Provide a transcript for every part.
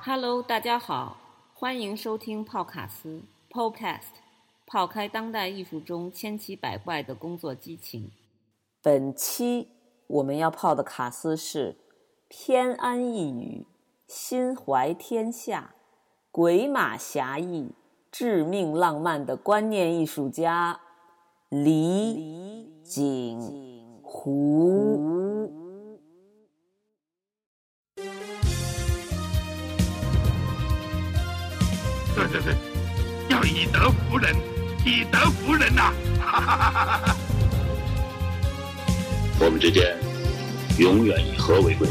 Hello， 大家好，欢迎收听泡卡斯 Podcast， 泡开当代艺术中千奇百怪的工作激情。本期我们要泡的卡斯是偏安一隅、心怀天下、鬼马侠义、致命浪漫的观念艺术家李景湖。 对，要以德服人，以德服人呐！ 我们之间永远以和为贵。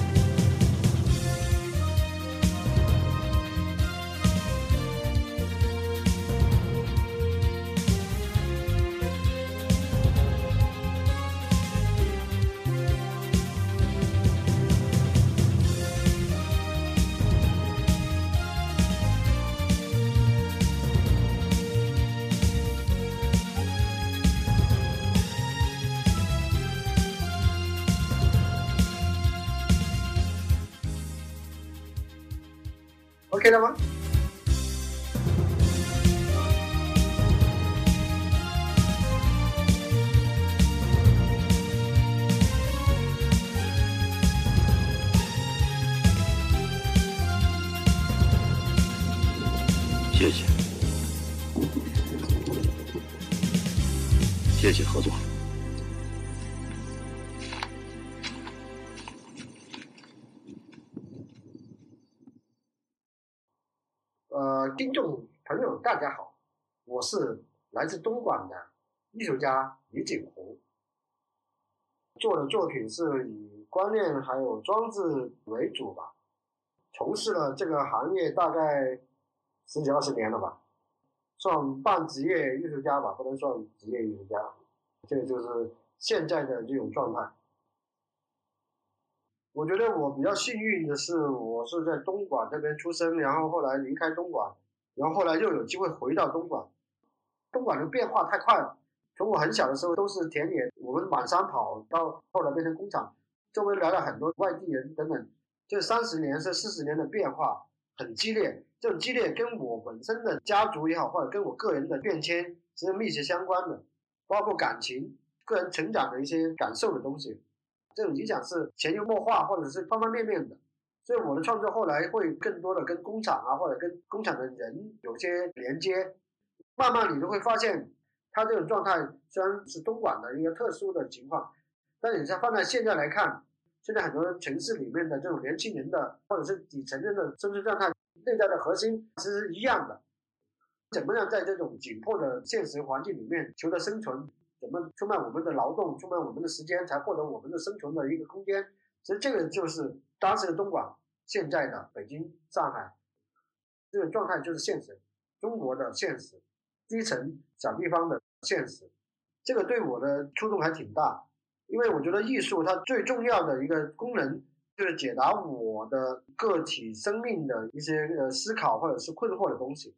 OK 了吗？ 谢谢，谢谢合作。 听众朋友大家好，我是来自东莞的艺术家李景湖，做的作品是以观念还有装置为主吧，从事了这个行业大概10几20年了吧，算半职业艺术家吧，不能算职业艺术家，这个就是现在的这种状态。我觉得我比较幸运的是，我是在东莞这边出生，然后后来离开东莞，然后后来又有机会回到东莞。东莞的变化太快了，从我很小的时候都是田野，我们满山跑，到后来变成工厂，周围来了很多外地人等等，这30年是40年的变化很激烈，这种激烈跟我本身的家族也好，或者跟我个人的变迁是密切相关的，包括感情、个人成长的一些感受的东西。这种影响是潜移默化或者是方方面面的，所以我的创作后来会更多的跟工厂啊，或者跟工厂的人有些连接，慢慢你就会发现它这种状态虽然是东莞的一个特殊的情况，但你再放在现在来看，现在很多城市里面的这种年轻人的或者是底层人的生存状态，内在的核心其实是一样的，怎么样在这种紧迫的现实环境里面求得生存，怎么出卖我们的劳动，出卖我们的时间，才获得我们的生存的一个空间。其实这个就是当时的东莞，现在的北京、上海，这个状态就是现实，中国的现实，基层小地方的现实。这个对我的触动还挺大，因为我觉得艺术它最重要的一个功能就是解答我的个体生命的一些思考或者是困惑的东西。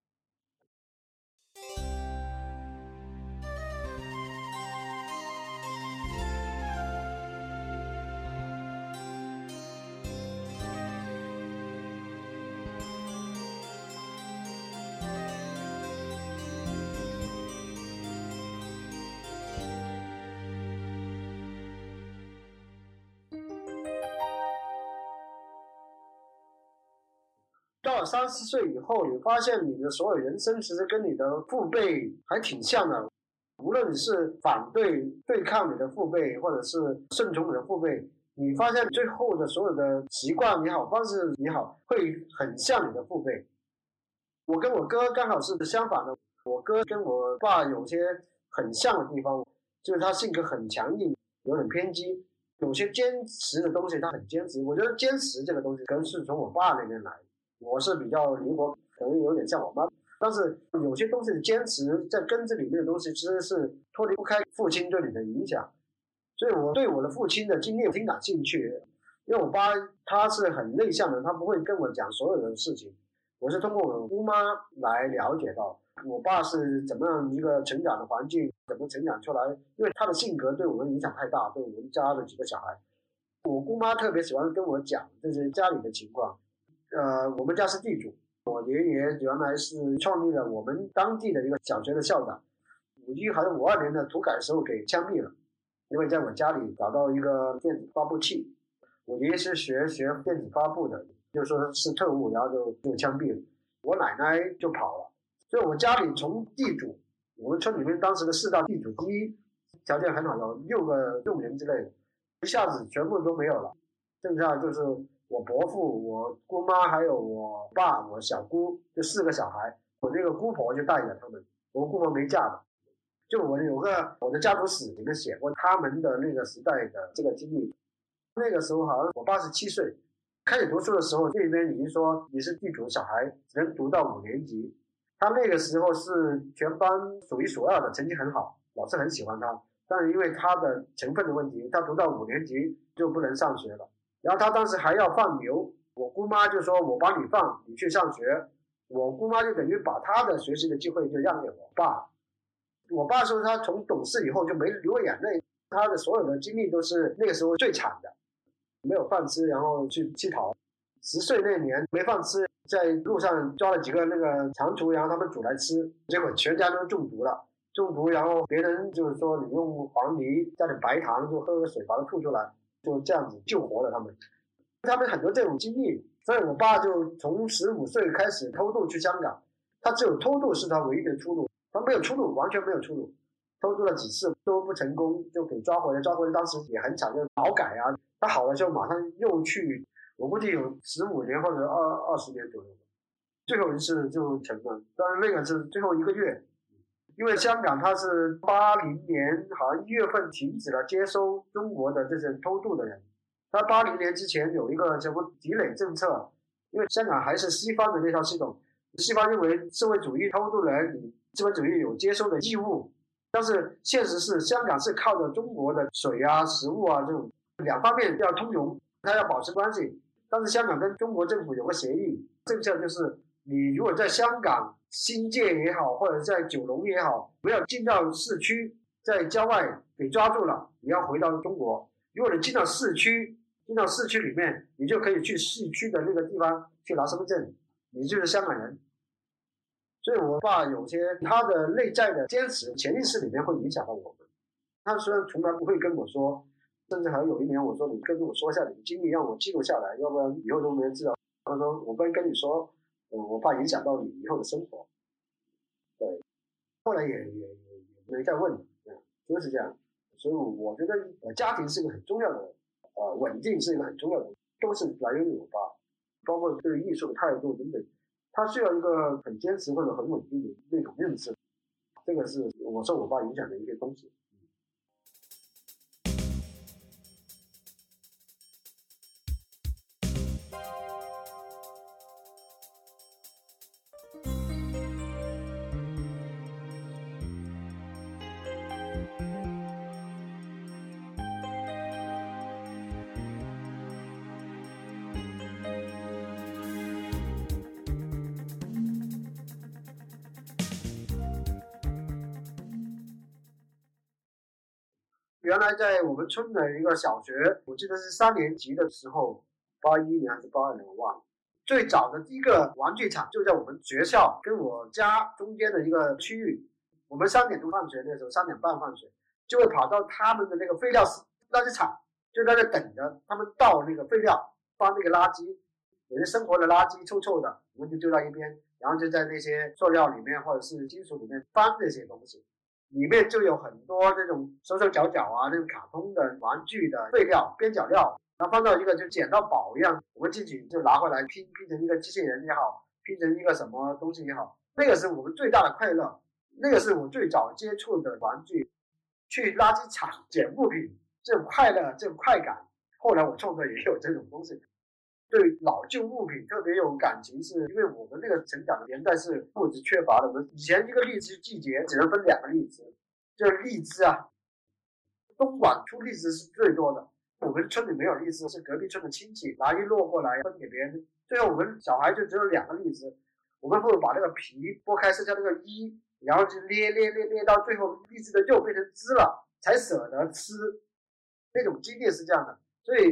到了30岁以后，你发现你的所有人生其实跟你的父辈还挺像的，无论你是反对对抗你的父辈，或者是顺从你的父辈，你发现最后的所有的习惯也好，方式也好，会很像你的父辈。我跟我哥刚好是相反的，我哥跟我爸有些很像的地方，就是他性格很强硬，有点偏激，有些坚持的东西他很坚持。我觉得坚持这个东西可能是从我爸那边来，我是比较灵活，可能有点像我妈，但是有些东西的坚持在根子里面的东西其实是脱离不开父亲对你的影响，所以我对我的父亲的经历挺感兴趣的。因为我爸他是很内向的，他不会跟我讲所有的事情，我是通过我姑妈来了解到我爸是怎么样一个成长的环境，怎么成长出来，因为他的性格对我们影响太大，对我们家的几个小孩。我姑妈特别喜欢跟我讲这些家里的情况， 我们家是地主，我爷爷原来是创立了我们当地的一个小学的校长，51还是52年的土改的时候给枪毙了，因为在我家里找到一个电子发布器，我爷爷是学电子发布的，就说是特务，然后就枪毙了，我奶奶就跑了，所以我家里从地主，我们村里面当时的4大地主之一，条件很好，有6个佣人之类的，一下子全部都没有了，剩下就是我伯父、我姑妈还有我爸、我小姑，就4个小孩，我那个姑婆就带着他们，我姑婆没嫁的。就我有个我的家族史里面写过他们的那个时代的这个经历，那个时候好像我爸是7岁，开始读书的时候，那边已经说你是地主小孩，只能读到5年级。他那个时候是全班数1数2的，成绩很好，老师很喜欢他。但是因为他的成分的问题，他读到5年级就不能上学了。然后他当时还要放牛，我姑妈就说我帮你放，你去上学。我姑妈就等于把他的学习的机会就让给我爸。我爸说他从懂事以后就没流过眼泪，他的所有的经历都是那个时候最惨的，没有饭吃，然后去乞讨。10岁那年没饭吃，在路上抓了几个那个长途，然后他们煮来吃，结果全家都中毒了。中毒，然后别人就是说你用黄泥加点白糖，就喝个水把它吐出来，就这样子救活了他们。他们很多这种经历，所以我爸就从15岁开始偷渡去香港，他只有偷渡是他唯一的出路，他没有出路，完全没有出路。偷渡了几次都不成功，就给抓回来。抓回来当时也很惨，就劳改啊。他好了就马上又去，我估计有15年或者20年左右。最后一次就成了，但是那个是最后1个月。因为香港它是80年好像1月份停止了接收中国的这些偷渡的人，它80年之前有一个什么积累政策，因为香港还是西方的那套系统，西方认为社会主义偷渡人你资本主义有接收的义务，但是现实是香港是靠着中国的水啊、食物啊这种2方面要通融，它要保持关系，但是香港跟中国政府有个协议，政策就是你如果在香港新界也好，或者在九龙也好，不要进到市区，在郊外给抓住了，你要回到中国。如果你进到市区里面，你就可以去市区的那个地方去拿身份证，你就是香港人。所以我爸有些他的内在的坚持，潜意识里面会影响到我们。他虽然从来不会跟我说，甚至还有一年我说你跟我说一下你的经历，让我记录下来，要不然以后都没人知道。他说我不能跟你说。我怕影响到你以后的生活，对，后来也没再问，就是这样。所以我觉得家庭是一个很重要的，稳定是一个很重要的，都是来源于我爸，包括对艺术的态度等等，他需要一个很坚持或者很稳定的那种认知，这个是我受我爸影响的一些东西。原来在我们村的一个小学，我记得是3年级的时候，81年还是82年我忘了。最早的第一个玩具厂就在我们学校跟我家中间的一个区域。我们3点多放学，那时候3点半放学，就会跑到他们的那个废料垃圾场，就在那等着他们倒那个废料，放那个垃圾，有些生活的垃圾臭臭的，我们就丢到一边，然后就在那些塑料里面或者是金属里面翻这些东西。里面就有很多这种手手脚脚啊，那种卡通的玩具的废料、边角料，然后放到一个就捡到宝一样，我们进去就拿回来拼成一个机器人也好，拼成一个什么东西也好，那个是我们最大的快乐，那个是我最早接触的玩具。去垃圾场捡物品，这种快乐、这种快感，后来我创作也有这种东西。对老旧物品特别有感情，是因为我们那个成长的年代是物质缺乏的。我们以前一个荔枝季节只能分2个荔枝，就是荔枝啊，东莞出荔枝是最多的。我们村里没有荔枝，是隔壁村的亲戚拿一摞过来分给别人。最后我们小孩就只有2个荔枝，我们会把那个皮剥开，剩下那个衣，然后就捏到最后荔枝的肉变成汁了，才舍得吃。那种经验是这样的，所以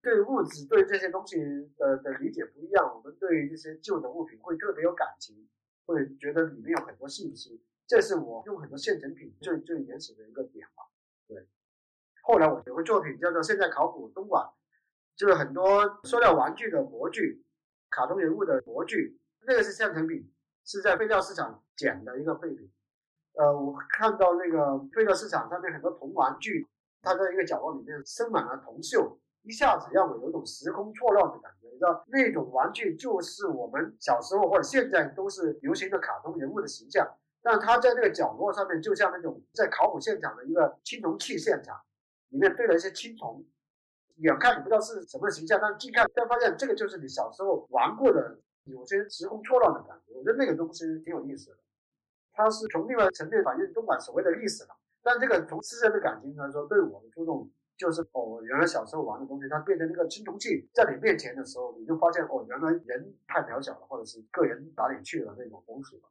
对物质对这些东西的理解不一样，我们对这些旧的物品会特别有感情，会觉得里面有很多信息，这是我用很多现成品最原始的一个点吧。对，后来我有个作品叫做《现在考古东莞》，就是很多塑料玩具的模具，卡通人物的模具，那个是现成品，是在废料市场捡的一个废品。我看到那个废料市场上面很多铜玩具，它在一个角落里面生满了铜锈，一下子让我有种时空错乱的感觉。你知道那种玩具就是我们小时候或者现在都是流行的卡通人物的形象，但它在那个角落上面就像那种在考古现场的一个青铜器现场，里面堆了一些青铜，远看你不知道是什么形象，但近看才发现这个就是你小时候玩过的，有些时空错乱的感觉。我觉得那个东西挺有意思的，它是从另外层面反映东莞所谓的历史了。但这个从私人的感情来说，对我的触动就是原来小时候玩的东西，它变成那个青铜器在你面前的时候，你就发现原来人太渺小了，或者是个人哪里去了那种东西吧。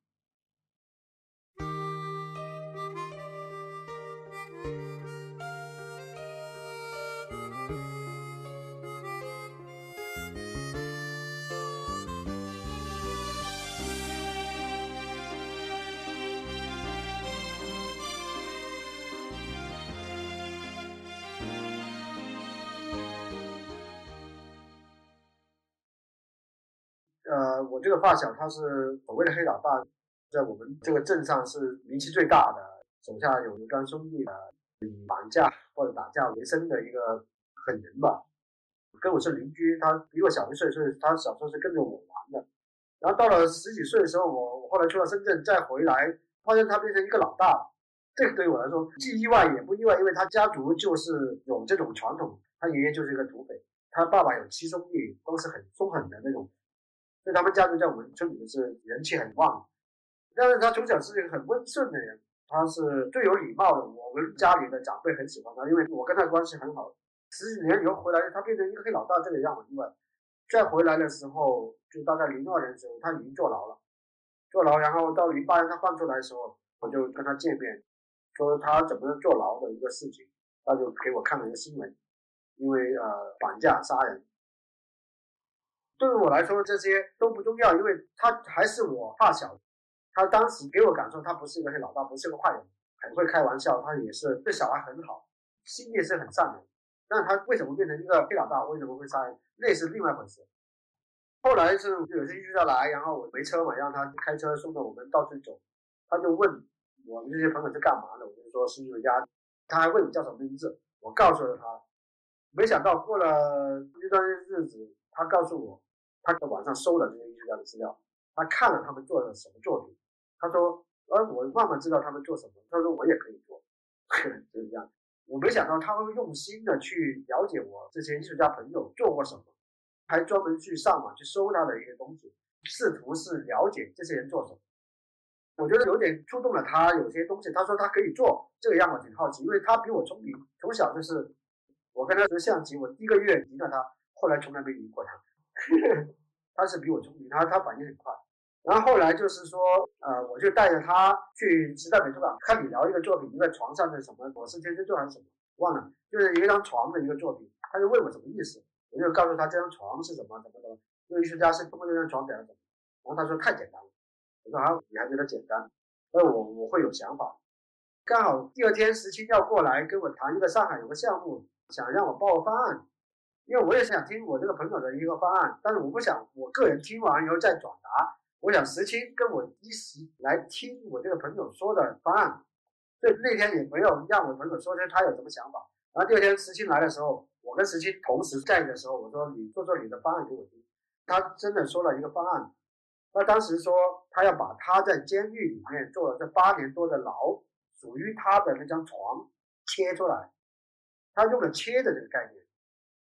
我这个发小他是所谓的黑老大，在我们这个镇上是名气最大的，手下有一干兄弟的，以绑架或者打架为生的一个狠人吧。跟我是邻居，他比我小1岁，所以他小时候是跟着我玩的。然后到了10几岁的时候，我后来去了深圳再回来，发现他变成一个老大。这个对我来说既意外也不意外，因为他家族就是有这种传统，他爷爷就是一个土匪，他爸爸有7兄弟，都是很凶狠的那种，所以他们家族在我们村里面是人气很旺。但是他从小是一个很温顺的人，他是最有礼貌的，我们家里的长辈很喜欢他，因为我跟他关系很好。10几年以后回来，他变成一个黑老大，这个让我意外。再回来的时候，就大概02年的时候，他已经坐牢了，然后到08年他放出来的时候，我就跟他见面，说他怎么坐牢的一个事情，他就给我看了一个新闻，因为绑架杀人。对于我来说这些都不重要，因为他还是我发小，他当时给我感受他不是一个黑老大，不是个坏人，很会开玩笑，他也是对小孩很好，心地是很善良。但他为什么变成一个黑老大，为什么会杀人，那是另外一回事。后来是有些艺术家来，然后我没车嘛，让他开车送着我们到处走，他就问我们这些朋友是干嘛的，我就说是艺术家，他还问我叫什么名字，我告诉了他。没想到过了一段日子，他告诉我他在网上搜了这些艺术家的资料，他看了他们做的什么作品，他说我慢慢知道他们做什么，他说我也可以做就是这样。我没想到他会用心的去了解我这些艺术家朋友做过什么，还专门去上网去搜他的一些东西，试图是了解这些人做什么。我觉得有点触动了他，有些东西他说他可以做，这个让我挺好奇，因为他比我聪明，从小就是我跟他学象棋，我第1个月赢了他，后来从来没赢过他他是比我聪明，他反应很快。然后后来就是说我就带着他去时代美术馆看你聊一个作品，一个床上的什么我是天蝎座还是什么忘了，就是一张床的一个作品，他就问我什么意思，我就告诉他这张床是什么，因为艺术家是通过这张床表达什么。然后他说太简单了，我说你还觉得简单，那我会有想法。刚好第2天17要过来跟我谈一个上海有个项目，想让我报个方案，因为我也想听我这个朋友的一个方案，但是我不想我个人听完以后再转达，我想17跟我一起来听我这个朋友说的方案，所以那天也没有让我朋友说他有什么想法。然后第2天17来的时候，我跟17同时在的时候，我说你做你的方案给我听，他真的说了一个方案。他当时说他要把他在监狱里面做了这8年多的牢，属于他的那张床切出来，他用了切的这个概念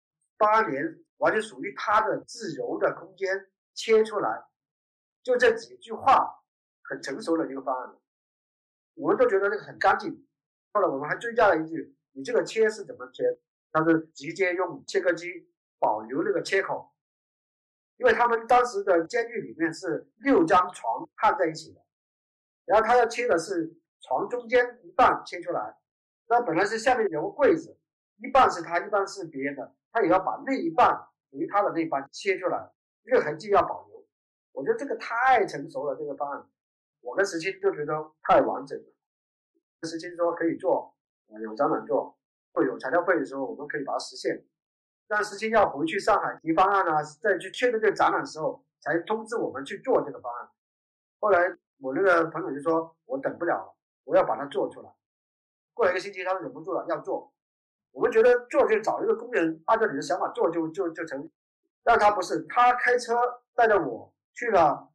，8年完全属于他的自由的空间切出来，就这几句话很成熟的一个方案，我们都觉得那个很干净。后来我们还追加了一句，你这个切是怎么切？他是直接用切割机保留那个切口，因为他们当时的监狱里面是6张床焊在一起的，然后他要切的是床中间一半切出来，那本来是下面有个柜子， 一半是他，一半是别人的，他也要把那一半属于他的那一半切出来，这个痕迹要保留。我觉得这个太成熟了，这个方案，我跟石青就觉得太完整了。石青说可以做，有展览做，会有材料费的时候，我们可以把它实现。但石青要回去上海提方案啊，再去确认这个展览的时候，才通知我们去做这个方案。后来我那个朋友就说，我等不了了，我要把它做出来。过了1个星期，他忍不住了要做。我们觉得做就找一个工人，按照你的想法做就成，但他不是，他开车带着我去了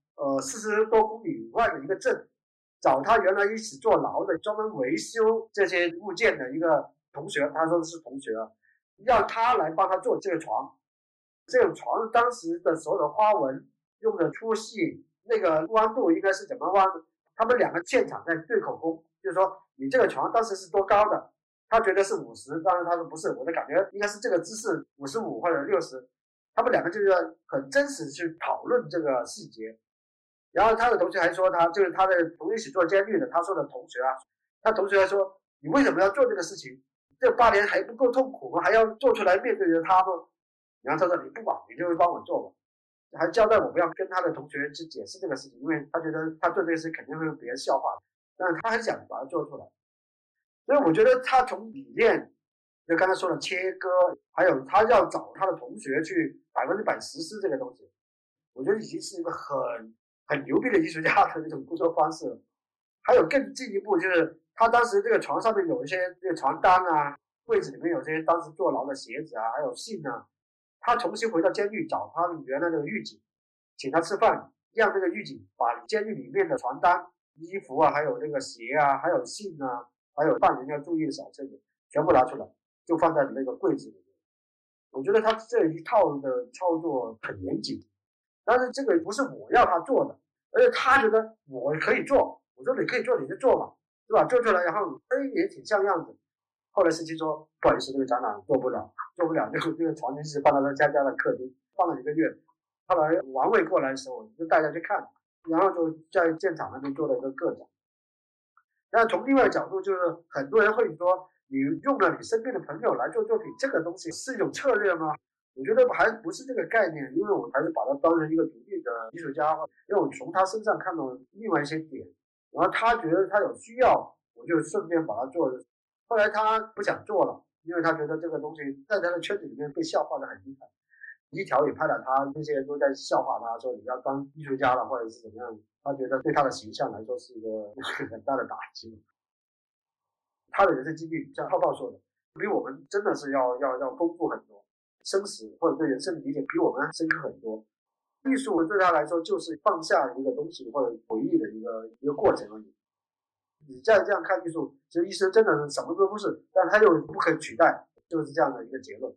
40多公里以外的一个镇，找他原来一起坐牢的专门维修这些物件的一个同学，他说的是同学，让他来帮他做这个床。这个床当时的所有的花纹用的粗细，那个弯度应该是怎么弯的，他们两个现场在对口供，就是说你这个床当时是多高的，他觉得是50，当然他说不是，我的感觉应该是这个姿势55或者60，他们两个就是很真实去讨论这个细节。然后他的同学还说，他就是他的同一起做监狱的，他说的同学啊，他同学还说，你为什么要做这个事情？这8年还不够痛苦吗？还要做出来面对着他吗？然后他说你不管，你就帮我做吧，还交代我不要跟他的同学去解释这个事情，因为他觉得他做这个事肯定会被别人笑话，但是他很想把它做出来。所以我觉得他从理念，就刚才说的切割，还有他要找他的同学去100%实施这个东西，我觉得已经是一个很牛逼的艺术家的那种工作方式了。还有更进一步，就是他当时这个床上面有一些这个床单啊，柜子里面有这些当时坐牢的鞋子啊，还有信啊，他重新回到监狱找他原来那个狱警，请他吃饭，让这个狱警把监狱里面的床单、衣服啊，还有那个鞋啊，还有信啊，还有犯人要注意的小册子全部拿出来，就放在那个柜子里面。我觉得他这一套的操作很严谨，但是这个不是我要他做的，而且他觉得我可以做，我说你可以做你就做吧，对吧？做出来然后也挺像样子。后来司机说不好意思，这个展览做不了，就这个床一直放到他家的客厅，放了1个月。后来王卫过来的时候，就带他去看，然后就在现场那边做了一个个展。但从另外的角度，就是很多人会说，你用了你身边的朋友来做作品，这个东西是一种策略吗？我觉得还不是这个概念，因为我还是把它当成一个独立的艺术家，因为我从他身上看到另外一些点，然后他觉得他有需要，我就顺便把它做了。后来他不想做了，因为他觉得这个东西在他的圈子里面被笑话的很厉害，一条也拍了他，那些人都在笑话他，说你要当艺术家了或者是怎么样，他觉得对他的形象来说是一个很大的打击。他的人生经历像泡泡说的，比我们真的是要丰富很多，生死或者对人生的理解比我们深刻很多。艺术对他来说就是放下一个东西或者回忆的一个过程而已。你再这样看艺术，其实艺术真的是什么都不是，但它又不可取代，就是这样的一个结论。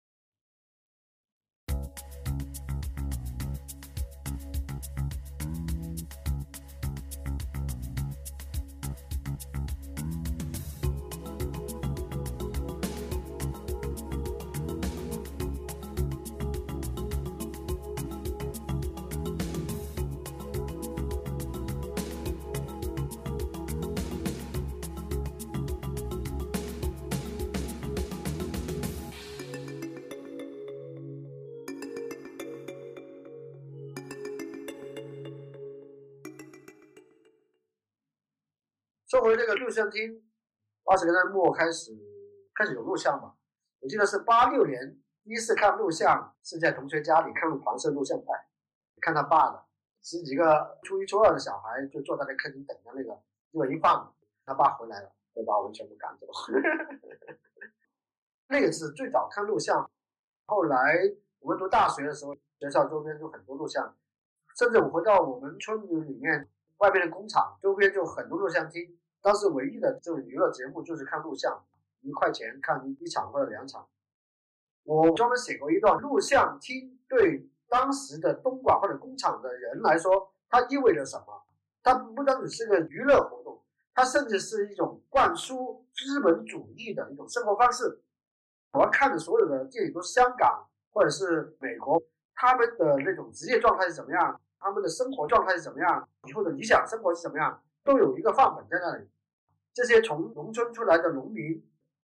说回这个录像厅，80年代末开始有录像吧。我记得是86年第一次看录像，是在同学家里看黄色录像带，看他爸的10几个初1初2的小孩就坐在那客厅等着那个，结果一放，他爸回来了，就把我们全部赶走。那个是最早看录像。后来我们读大学的时候，学校周边就很多录像，甚至我回到我们村里面外面的工厂周边就很多录像厅。当时唯一的这种娱乐节目就是看录像，1块钱看1场或者2场。我专门写过一段，录像厅对当时的东莞或者工厂的人来说，它意味着什么？它不单只是个娱乐活动，它甚至是一种灌输资本主义的一种生活方式。我要看的所有的电影都是香港或者是美国，他们的那种职业状态是怎么样，他们的生活状态是怎么样，以后的理想生活是怎么样，都有一个范本在那里。这些从农村出来的农民，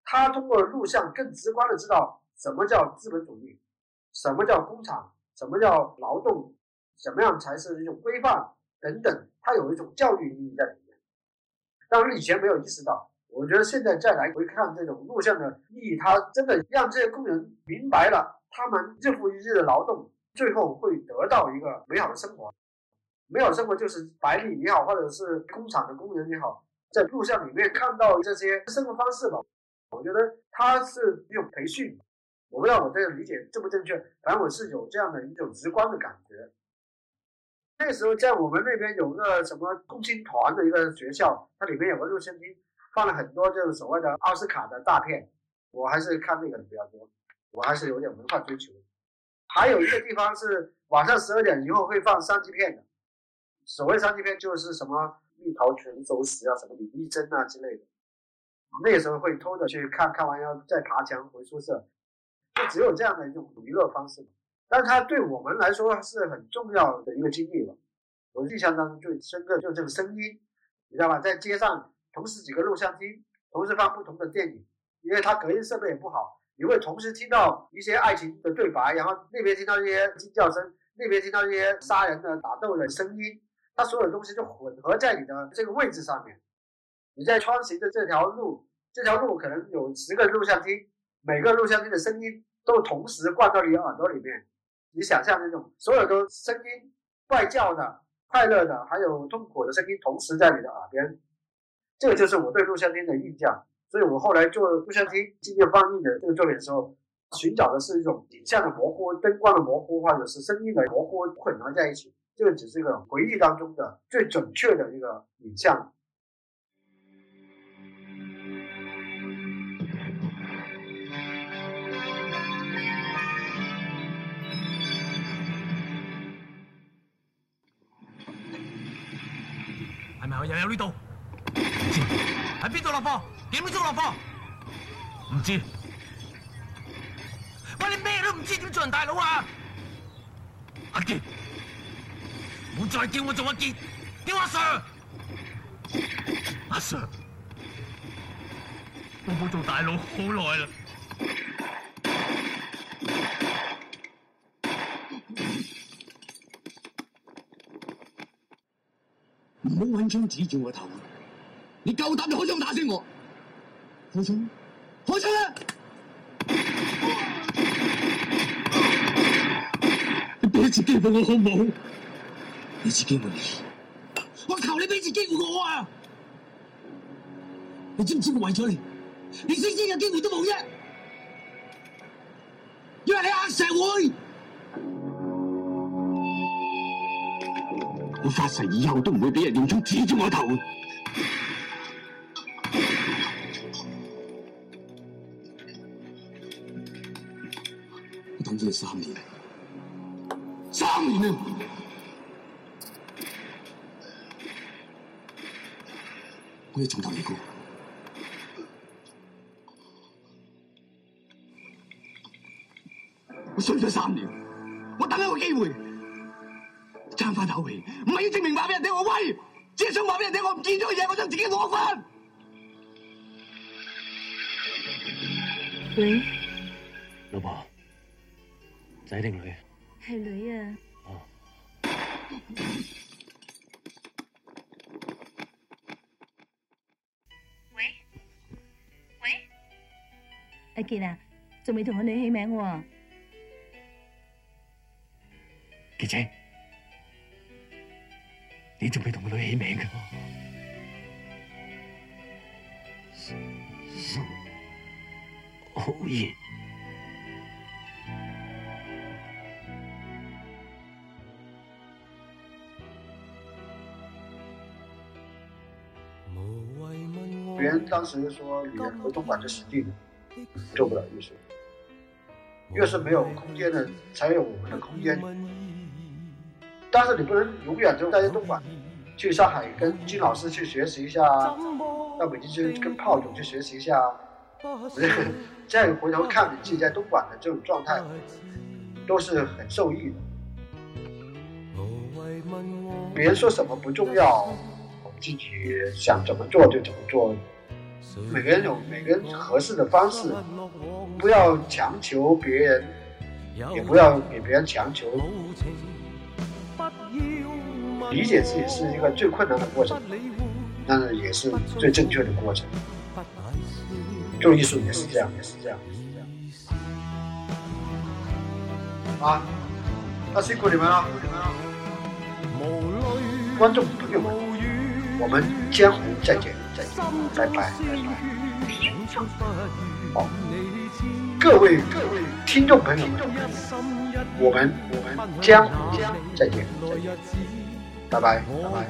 他通过录像更直观的知道什么叫资本主义，什么叫工厂，什么叫劳动，什么样才是一种规范等等，它有一种教育意义在里面。当然以前没有意识到，我觉得现在再来回看这种录像的意义，它真的让这些工人明白了他们日复一日的劳动最后会得到一个美好的生活。美好的生活就是白领也好，或者是工厂的工人也好，在录像里面看到这些生活方式吧，我觉得它是一种培训。我不知道我这个理解正不正确，反正我是有这样的一种直观的感觉。那个时候在我们那边有个什么共青团的一个学校，它里面有个录像厅，放了很多这种所谓的奥斯卡的大片，我还是看那个比较多，我还是有点文化追求。还有一个地方是晚上12点以后会放3级片的，所谓3级片就是什么蜜桃全熟时啊，什么李丽珍啊之类的。那个时候会偷着去看，看完要再爬墙回宿舍，就只有这样的一种娱乐方式。但是它对我们来说是很重要的一个经历吧。我印象当中最深刻就是这个声音，你知道吧？在街上同时几个录像厅，同时放不同的电影，因为它隔音设备也不好，你会同时听到一些爱情的对白，然后那边听到一些惊叫声，那边听到一些杀人的打斗的声音，它所有的东西就混合在你的这个位置上面。你在穿行的这条路可能有10个录像厅，每个录像厅的声音都同时灌到你耳朵里面。你想象那种所有的声音，怪叫的、快乐的还有痛苦的声音同时在你的耳边，这个就是我对录像厅的印象。所以我后来做录像厅纪念放映的这个作品的时候，寻找的是一种影像的模糊、灯光的模糊，或者是声音的模糊混合在一起，这个只是一个回忆当中的最准确的一个影像。 係咪又有呢度？唔知喺邊度落貨？幾點鐘落貨？唔知。喂，你咩都唔知，點做人大佬啊？阿傑，唔好再叫我做阿傑，叫阿 Sir。阿 Sir， 我冇做大佬好耐啦。 唔好揾槍指住我頭，你夠膽就開槍打死我！開槍！開槍啊！你俾一次機會我好唔好？俾次機會你，我求你俾次機會我啊！你知唔知我為咗你，連升職嘅機會都冇啫？因為你黑社會。我發誓以後都唔會俾人用槍指住我頭。我等咗你3年，3年啊！我要從頭嚟過。我衰咗3年，我等一個機會。爭翻口氣，唔係要證明話俾人聽我威，只係想話俾人聽我唔見咗嘅嘢，我想自己攞翻。 喂， 老婆，仔定女？ 係女啊。 哦。 喂，阿傑啊，仲未同個女起名喎。 傑姐。你仲未同個女起名㗎？好熱。 别人当时说你回东莞就死定了，做不了艺术。越是没有空间的，才有我们的空间。但是你不能永远就待在东莞，去上海跟金老师去学习一下，到北京去跟炮总去学习一下，再回头看你自己在东莞的这种状态，都是很受益的。别人说什么不重要，我们自己想怎么做就怎么做， 每个人有每个人合适的方式，不要强求别人，也不要给别人强求。理解自己是一个最困难的过程，但是也是最正确的过程。做艺术也是这样，啊，那辛苦你们了，观众朋友们，我们江湖再见，拜拜。好，各位听众朋友们，我们江湖再见，拜拜。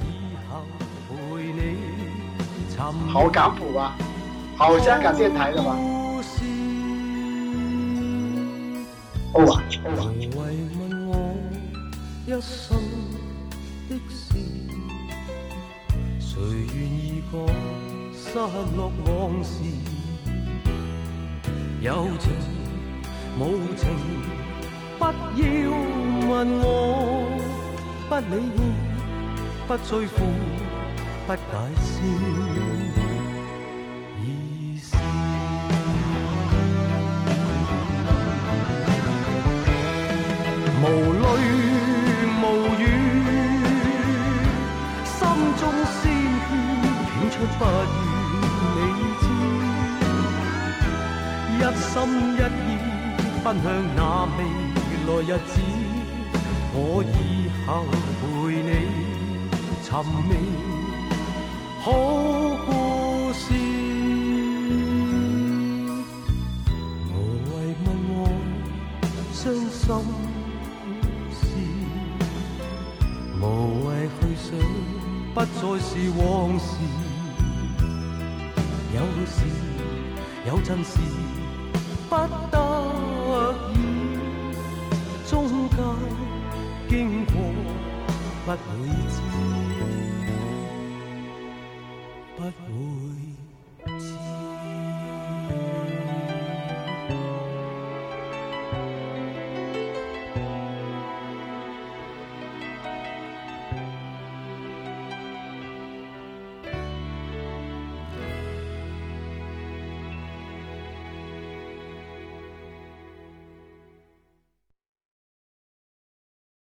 好港普吧，好香港电台的吧。欧啊，一生的事，誰願意講失落往事？有情無情，不要問我，不理會，不追悔，不解釋意思。無淚無語，心中鮮血顯出不願你知，一心一意奔向那未來日子，我以後陪你尋覓好故事。無謂問我傷心，無謂去想，不再是往事。有時有陣時不得已，中間經過不會知，不會